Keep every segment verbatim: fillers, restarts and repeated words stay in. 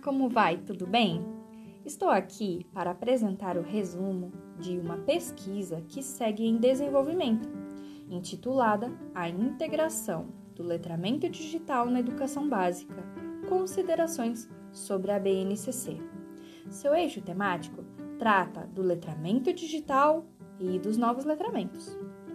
como vai? Tudo bem? Estou aqui para apresentar o resumo de uma pesquisa que segue em desenvolvimento, intitulada A Integração do Letramento Digital na Educação Básica, Considerações sobre a B N C C. Seu eixo temático trata do letramento digital e dos novos letramentos.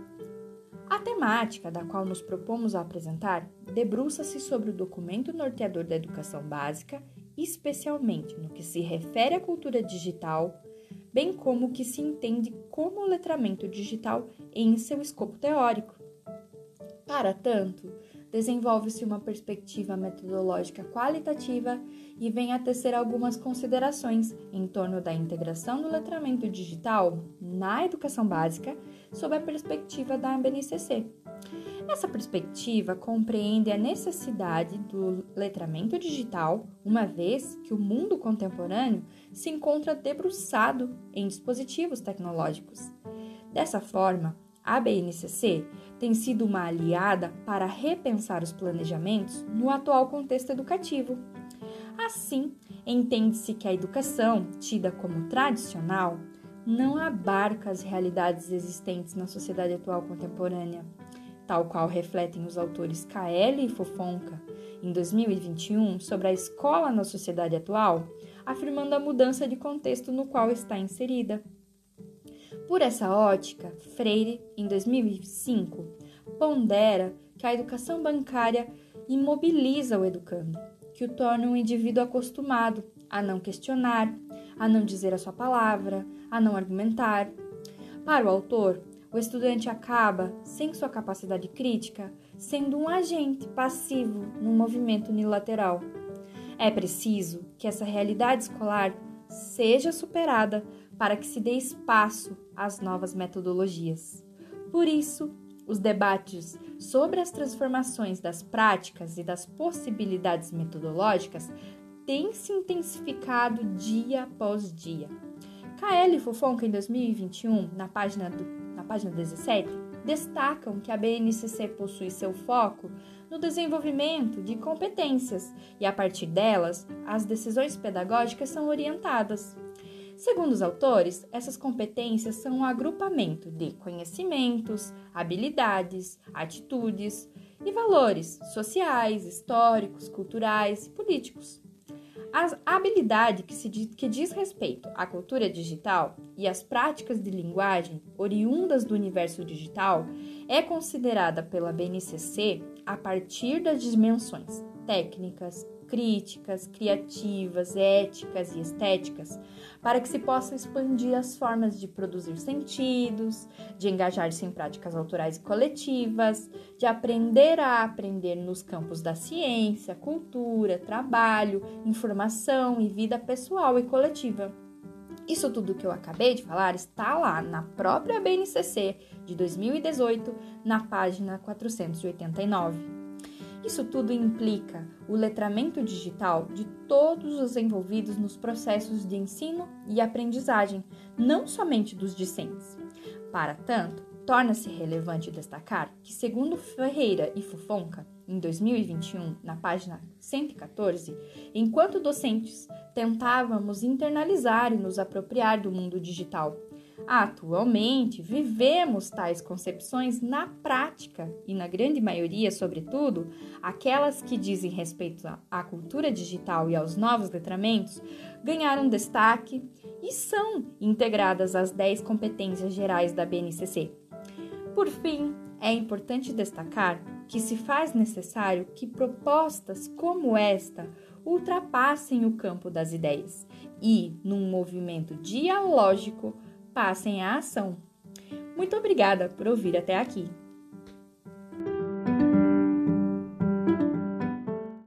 A temática da qual nos propomos a apresentar debruça-se sobre o documento norteador da educação básica, especialmente no que se refere à cultura digital, bem como o que se entende como o letramento digital em seu escopo teórico. Para tanto, desenvolve-se uma perspectiva metodológica qualitativa e vem a tecer algumas considerações em torno da integração do letramento digital na educação básica sob a perspectiva da B N C C. Essa perspectiva compreende a necessidade do letramento digital, uma vez que o mundo contemporâneo se encontra debruçado em dispositivos tecnológicos. Dessa forma, a B N C C tem sido uma aliada para repensar os planejamentos no atual contexto educativo. Assim, entende-se que a educação, tida como tradicional, não abarca as realidades existentes na sociedade atual contemporânea, tal qual refletem os autores Kaeli e Fofonka, em dois mil e vinte e um, sobre a escola na sociedade atual, afirmando a mudança de contexto no qual está inserida. Por essa ótica, Freire, em dois mil e cinco, pondera que a educação bancária imobiliza o educando, que o torna um indivíduo acostumado a não questionar, a não dizer a sua palavra, a não argumentar. Para o autor, o estudante acaba, sem sua capacidade crítica, sendo um agente passivo num movimento unilateral. É preciso que essa realidade escolar seja superada para que se dê espaço às novas metodologias. Por isso, os debates sobre as transformações das práticas e das possibilidades metodológicas têm se intensificado dia após dia. Kaeli e Fofonka, em dois mil e vinte e um, na página, do, na página dezessete, destacam que a B N C C possui seu foco no desenvolvimento de competências e, a partir delas, as decisões pedagógicas são orientadas. Segundo os autores, essas competências são um agrupamento de conhecimentos, habilidades, atitudes e valores sociais, históricos, culturais e políticos. A habilidade que, se diz, que diz respeito à cultura digital e às práticas de linguagem oriundas do universo digital é considerada pela B N C C a partir das dimensões técnicas, críticas, criativas, éticas e estéticas, para que se possa expandir as formas de produzir sentidos, de engajar-se em práticas autorais e coletivas, de aprender a aprender nos campos da ciência, cultura, trabalho, informação e vida pessoal e coletiva. Isso tudo que eu acabei de falar está lá na própria B N C C de dois mil e dezoito, na página quatrocentos e oitenta e nove. Isso tudo implica o letramento digital de todos os envolvidos nos processos de ensino e aprendizagem, não somente dos discentes. Para tanto, torna-se relevante destacar que, segundo Ferreira e Fofonka, em dois mil e vinte e um, na página cento e quatorze, enquanto docentes, tentávamos internalizar e nos apropriar do mundo digital. Atualmente, vivemos tais concepções na prática e, na grande maioria, sobretudo, aquelas que dizem respeito à cultura digital e aos novos letramentos, ganharam destaque e são integradas às dez competências gerais da B N C C. Por fim, é importante destacar que se faz necessário que propostas como esta ultrapassem o campo das ideias e, num movimento dialógico, passem à ação. Muito obrigada por ouvir até aqui.